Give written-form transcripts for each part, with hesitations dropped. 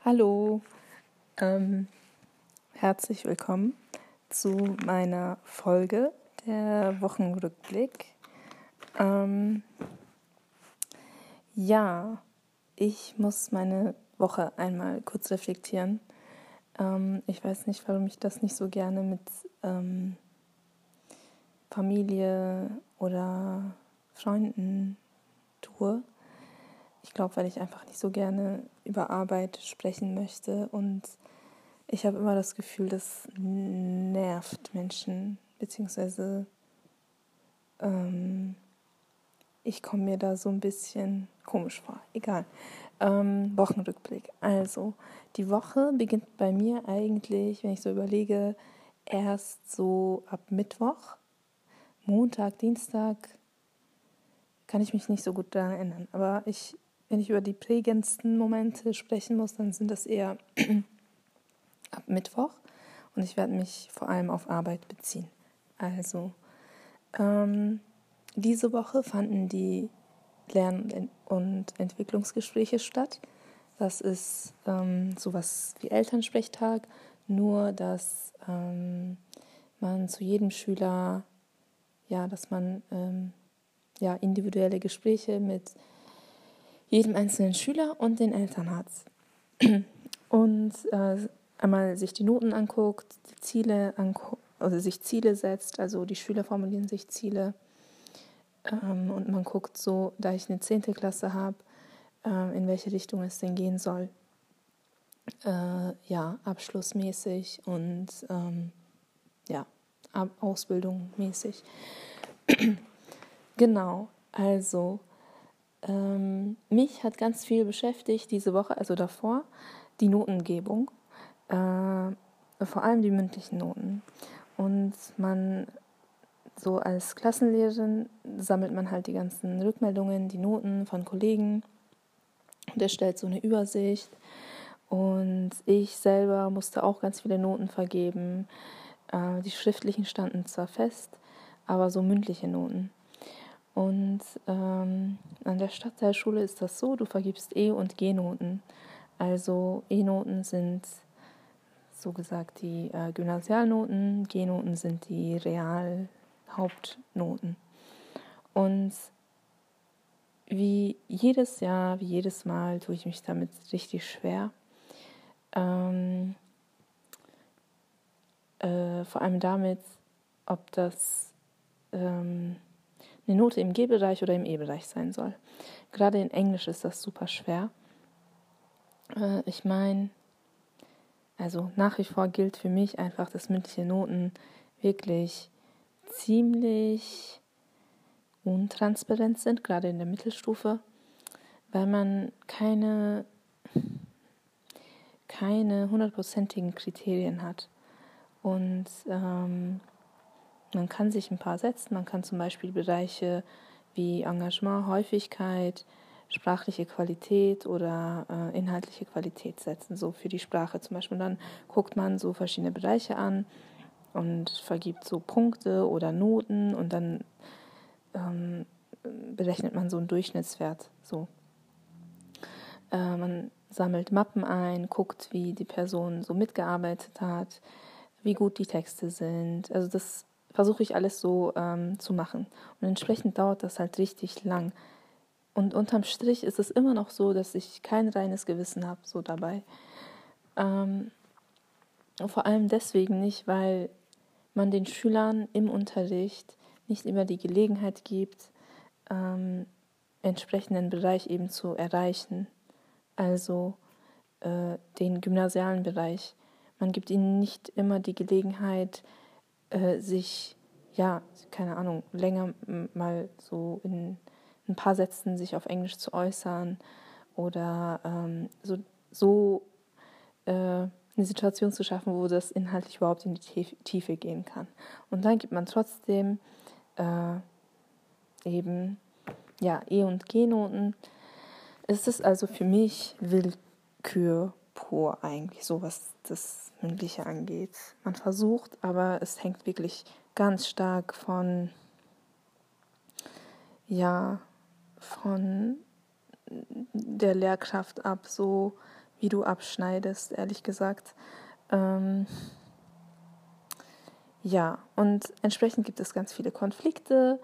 Hallo, herzlich willkommen zu meiner Folge der Wochenrückblick. Ich muss meine Woche einmal kurz reflektieren. Ich weiß nicht, warum ich das nicht so gerne mit Familie oder Freunden tue. Ich glaube, weil ich einfach nicht so gerne über Arbeit sprechen möchte und ich habe immer das Gefühl, das nervt Menschen, beziehungsweise ich komme mir da so ein bisschen komisch vor. Egal. Wochenrückblick. Also, die Woche beginnt bei mir eigentlich, wenn ich so überlege, erst so ab Mittwoch. Montag, Dienstag kann ich mich nicht so gut daran erinnern. Aber wenn ich über die prägendsten Momente sprechen muss, dann sind das eher ab Mittwoch. Und ich werde mich vor allem auf Arbeit beziehen. Also, diese Woche fanden die Lern- und Entwicklungsgespräche statt. Das ist sowas wie Elternsprechtag, nur dass man zu jedem Schüler, dass man individuelle Gespräche mit jedem einzelnen Schüler und den Eltern hat. Und einmal sich die Noten anguckt, die Ziele sich Ziele setzt, also die Schüler formulieren sich Ziele und man guckt so, da ich eine 10. Klasse habe, in welche Richtung es denn gehen soll. Abschlussmäßig und Ausbildung mäßig. Genau, also mich hat ganz viel beschäftigt diese Woche, also davor, die Notengebung, vor allem die mündlichen Noten. Und man so als Klassenlehrerin sammelt man halt die ganzen Rückmeldungen, die Noten von Kollegen und erstellt so eine Übersicht. Und ich selber musste auch ganz viele Noten vergeben. Die schriftlichen standen zwar fest, aber so mündliche Noten. Und an der Stadtteilschule ist das so, du vergibst E- und G-Noten. Also E-Noten sind so gesagt die Gymnasialnoten, G-Noten sind die Hauptnoten. Und wie jedes Jahr, wie jedes Mal tue ich mich damit richtig schwer. Vor allem damit, ob das eine Note im G-Bereich oder im E-Bereich sein soll. Gerade in Englisch ist das super schwer. Ich meine, also nach wie vor gilt für mich einfach, dass mündliche Noten wirklich ziemlich untransparent sind, gerade in der Mittelstufe, weil man keine 100%igen Kriterien hat. Und man kann sich ein paar setzen, man kann zum Beispiel Bereiche wie Engagement, Häufigkeit, sprachliche Qualität oder inhaltliche Qualität setzen, so für die Sprache zum Beispiel. Und dann guckt man so verschiedene Bereiche an und vergibt so Punkte oder Noten und dann berechnet man so einen Durchschnittswert. So. Man sammelt Mappen ein, guckt, wie die Person so mitgearbeitet hat, wie gut die Texte sind. Also das versuche ich alles so zu machen. Und entsprechend dauert das halt richtig lang. Und unterm Strich ist es immer noch so, dass ich kein reines Gewissen habe so dabei. Vor allem deswegen nicht, weil man den Schülern im Unterricht nicht immer die Gelegenheit gibt, entsprechenden Bereich eben zu erreichen. Also den gymnasialen Bereich. Man gibt ihnen nicht immer die Gelegenheit, sich, länger mal so in ein paar Sätzen sich auf Englisch zu äußern oder eine Situation zu schaffen, wo das inhaltlich überhaupt in die Tiefe gehen kann. Und dann gibt man trotzdem E- und G-Noten. Es ist also für mich Willkür pur eigentlich, so was das Mündliche angeht. Man versucht, aber es hängt wirklich ganz stark von der Lehrkraft ab, so wie du abschneidest, ehrlich gesagt. Ja, und entsprechend gibt es ganz viele Konflikte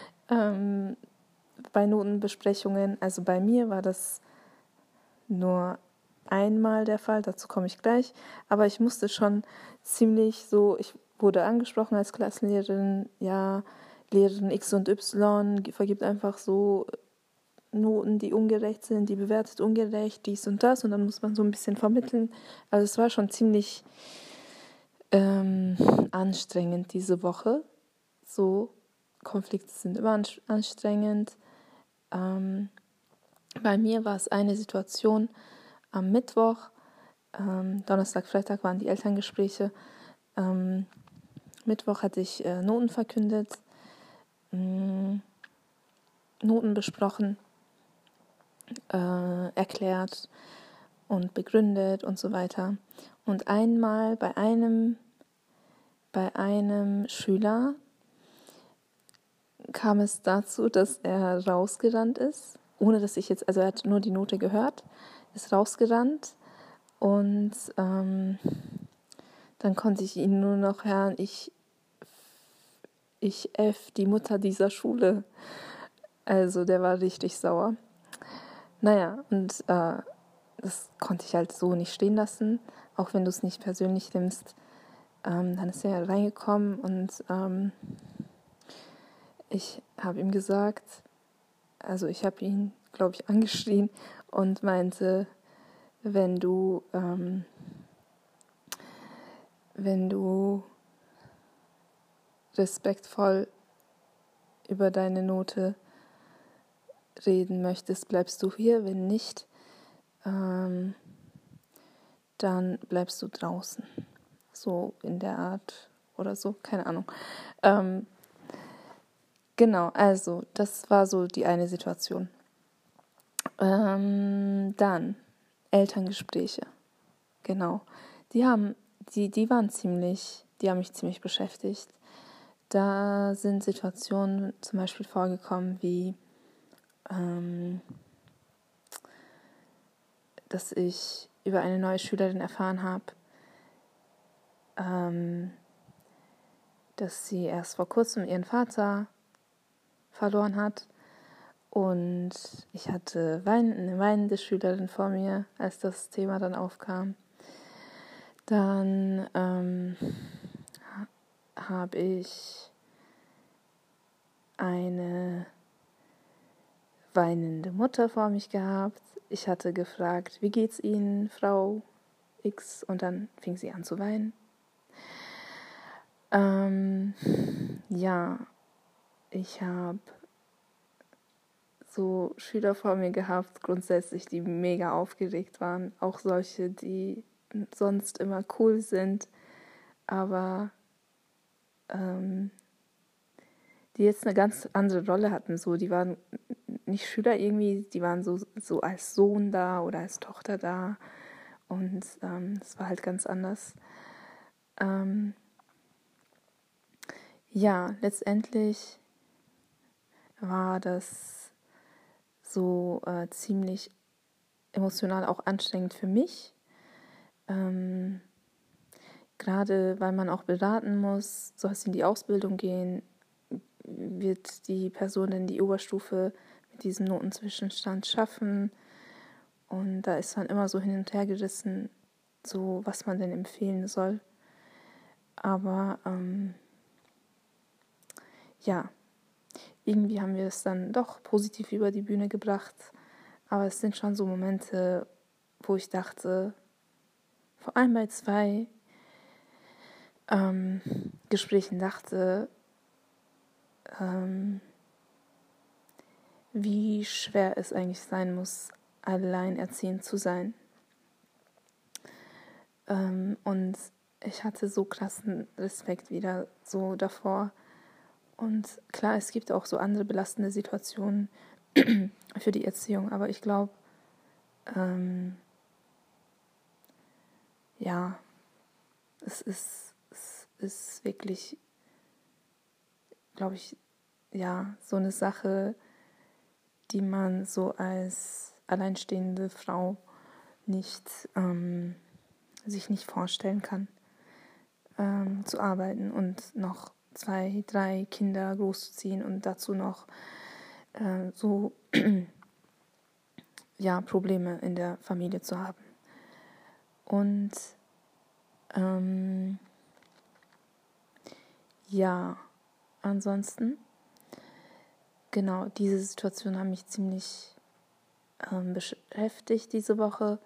bei Notenbesprechungen. Also bei mir war das nur einmal der Fall, dazu komme ich gleich. Aber ich musste schon ziemlich so, ich wurde angesprochen als Klassenlehrerin, ja, Lehrerin X und Y vergibt einfach so Noten, die ungerecht sind, die bewertet ungerecht, dies und das. Und dann muss man so ein bisschen vermitteln. Also es war schon ziemlich anstrengend diese Woche. So, Konflikte sind immer anstrengend. Bei mir war es eine Situation am Mittwoch, Donnerstag, Freitag waren die Elterngespräche. Mittwoch hatte ich Noten verkündet, Noten besprochen, erklärt und begründet und so weiter. Und einmal bei einem Schüler kam es dazu, dass er rausgerannt ist, ohne dass ich jetzt, also er hat nur die Note gehört, ist rausgerannt und dann konnte ich ihn nur noch hören, ich die Mutter dieser Schule. Also der war richtig sauer. Naja, und das konnte ich halt so nicht stehen lassen, auch wenn du es nicht persönlich nimmst. Dann ist er reingekommen und ich habe ihm gesagt, also ich habe ihn, glaube ich, angeschrien und meinte, wenn du respektvoll über deine Note reden möchtest, bleibst du hier. Wenn nicht, dann bleibst du draußen. So in der Art oder so, keine Ahnung. Genau, also das war so die eine Situation. Dann Elterngespräche. Genau. Die haben mich ziemlich beschäftigt. Da sind Situationen zum Beispiel vorgekommen wie dass ich über eine neue Schülerin erfahren habe, dass sie erst vor kurzem ihren Vater verloren hat. Und ich hatte eine weinende Schülerin vor mir, als das Thema dann aufkam. Dann habe ich eine weinende Mutter vor mich gehabt. Ich hatte gefragt, wie geht's Ihnen, Frau X? Und dann fing sie an zu weinen. Ja, ich habe so Schüler vor mir gehabt, grundsätzlich, die mega aufgeregt waren. Auch solche, die sonst immer cool sind, aber die jetzt eine ganz andere Rolle hatten. So, die waren nicht Schüler irgendwie, die waren so als Sohn da oder als Tochter da. Und es war halt ganz anders. Ja, letztendlich war das so ziemlich emotional auch anstrengend für mich. Gerade weil man auch beraten muss, soll es in die Ausbildung gehen, wird die Person in die Oberstufe mit diesem Notenzwischenstand schaffen. Und da ist man immer so hin und her gerissen, so was man denn empfehlen soll. Aber ja, irgendwie haben wir es dann doch positiv über die Bühne gebracht. Aber es sind schon so Momente, wo ich dachte, vor allem bei 2 Gesprächen dachte, wie schwer es eigentlich sein muss, alleinerziehend zu sein. Und ich hatte so krassen Respekt wieder so davor. Und klar, es gibt auch so andere belastende Situationen für die Erziehung, aber ich glaube, ja, es ist wirklich, glaube ich, ja, so eine Sache, die man so als alleinstehende Frau sich nicht vorstellen kann, zu arbeiten und noch 2, 3 Kinder großzuziehen und dazu noch Probleme in der Familie zu haben. Und ansonsten, genau, diese Situation hat mich ziemlich beschäftigt diese Woche.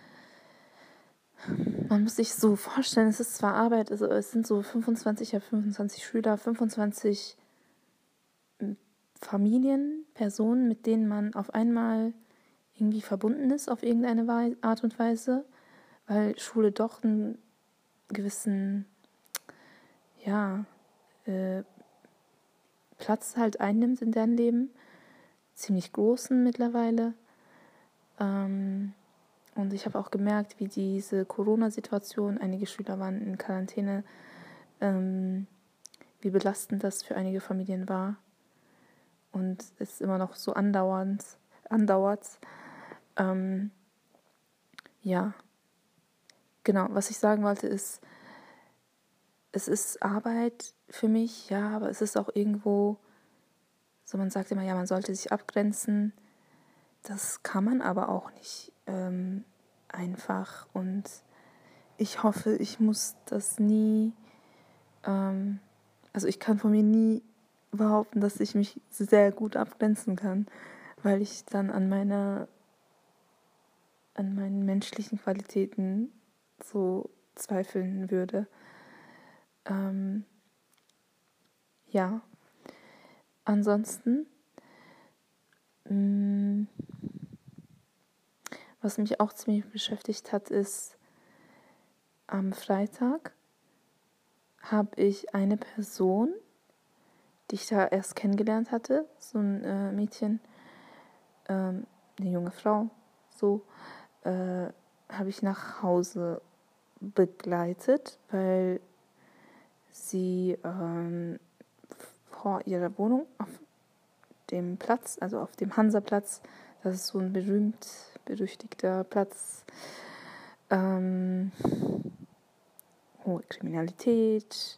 Man muss sich so vorstellen, es ist zwar Arbeit, also es sind so 25 Schüler, 25 Familien, Personen, mit denen man auf einmal irgendwie verbunden ist auf irgendeine Art und Weise, weil Schule doch einen gewissen Platz halt einnimmt in deren Leben, ziemlich großen mittlerweile. Und ich habe auch gemerkt, wie diese Corona-Situation, einige Schüler waren in Quarantäne, wie belastend das für einige Familien war. Und es immer noch so andauert. Genau, was ich sagen wollte ist, es ist Arbeit für mich, ja, aber es ist auch irgendwo, so man sagt immer, ja, man sollte sich abgrenzen. Das kann man aber auch nicht einfach. Und ich hoffe, ich muss das nie, also ich kann von mir nie behaupten, dass ich mich sehr gut abgrenzen kann, weil ich dann an meinen menschlichen Qualitäten so zweifeln würde. Ansonsten, was mich auch ziemlich beschäftigt hat, ist, am Freitag habe ich eine Person, die ich da erst kennengelernt hatte, so ein Mädchen, eine junge Frau, habe ich nach Hause begleitet, weil sie vor ihrer Wohnung auf dem Platz, also auf dem Hansaplatz, das ist so ein berüchtigter Platz, hohe Kriminalität,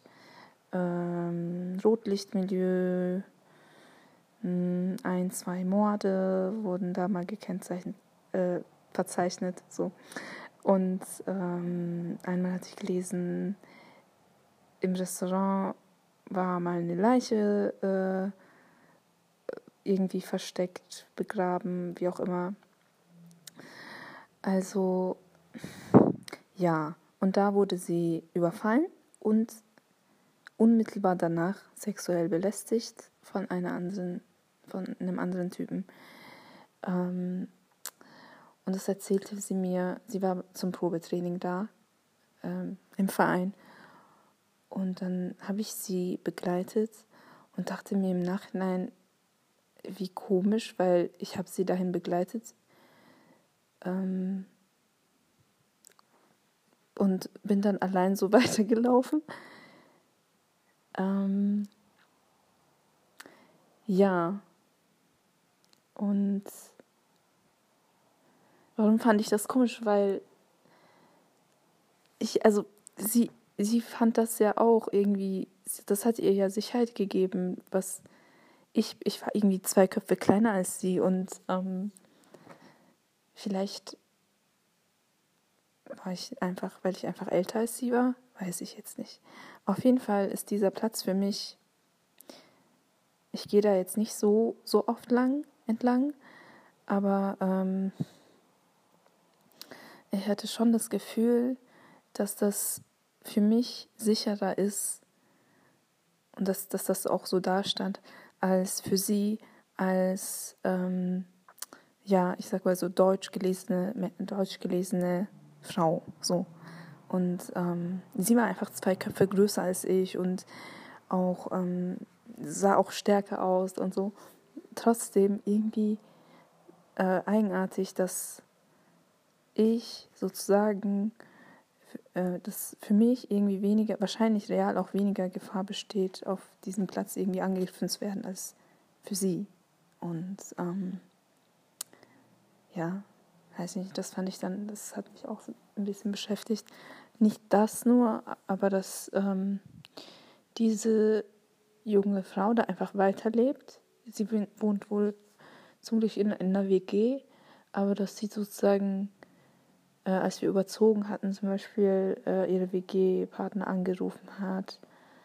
Rotlichtmilieu, 1, 2 Morde wurden da mal verzeichnet, so. Und einmal hatte ich gelesen, im Restaurant war mal eine Leiche irgendwie versteckt, begraben, wie auch immer. Also, ja. Und da wurde sie überfallen und unmittelbar danach sexuell belästigt von einem anderen Typen. Und das erzählte sie mir, sie war zum Probetraining da, im Verein. Und dann habe ich sie begleitet und dachte mir im Nachhinein, wie komisch, weil ich habe sie dahin begleitet und bin dann allein so weitergelaufen. Und warum fand ich das komisch? Weil sie fand das ja auch irgendwie, das hat ihr ja Sicherheit gegeben, was ich war irgendwie 2 Köpfe kleiner als sie und vielleicht war ich einfach, weil ich einfach älter als sie war, weiß ich jetzt nicht. Auf jeden Fall ist dieser Platz für mich, ich gehe da jetzt nicht so oft entlang, aber ich hatte schon das Gefühl, dass das für mich sicherer ist und dass das auch so dastand, als für sie, als ich sag mal so deutsch gelesene Frau, so. Und sie war einfach 2 Köpfe größer als ich und auch sah auch stärker aus und so. Trotzdem irgendwie eigenartig, dass ich sozusagen, dass für mich irgendwie weniger, wahrscheinlich real auch weniger Gefahr besteht, auf diesem Platz irgendwie angegriffen zu werden, als für sie. Und weiß nicht, das fand ich dann, das hat mich auch so ein bisschen beschäftigt. Nicht das nur, aber dass diese junge Frau da einfach weiterlebt. Sie wohnt wohl zum Glück in einer WG, aber dass sie sozusagen, als wir überzogen hatten, zum Beispiel ihre WG-Partner angerufen hat,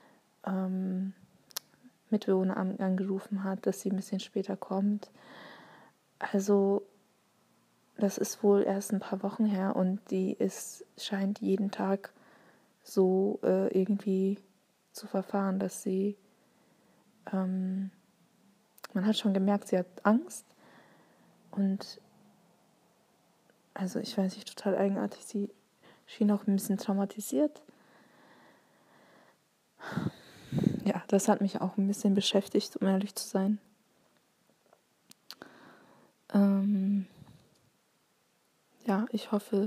Mitbewohner angerufen hat, dass sie ein bisschen später kommt. Also das ist wohl erst ein paar Wochen her und die scheint jeden Tag so irgendwie zu verfahren, dass sie, man hat schon gemerkt, sie hat Angst und also ich weiß nicht, total eigenartig, sie schien auch ein bisschen traumatisiert. Ja, das hat mich auch ein bisschen beschäftigt, um ehrlich zu sein. Ja, ich hoffe,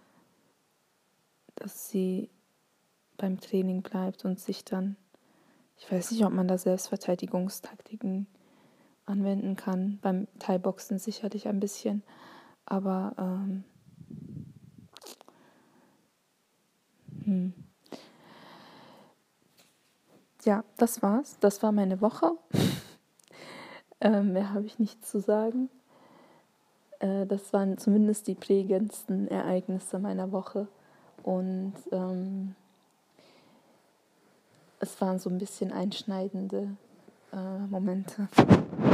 dass sie beim Training bleibt und sich dann, ich weiß nicht, ob man da Selbstverteidigungstaktiken anwenden kann, beim Thai-Boxen sicherlich ein bisschen, aber ja, das war's. Das war meine Woche. Mehr habe ich nicht zu sagen. Das waren zumindest die prägendsten Ereignisse meiner Woche. Und es waren so ein bisschen einschneidende Momente.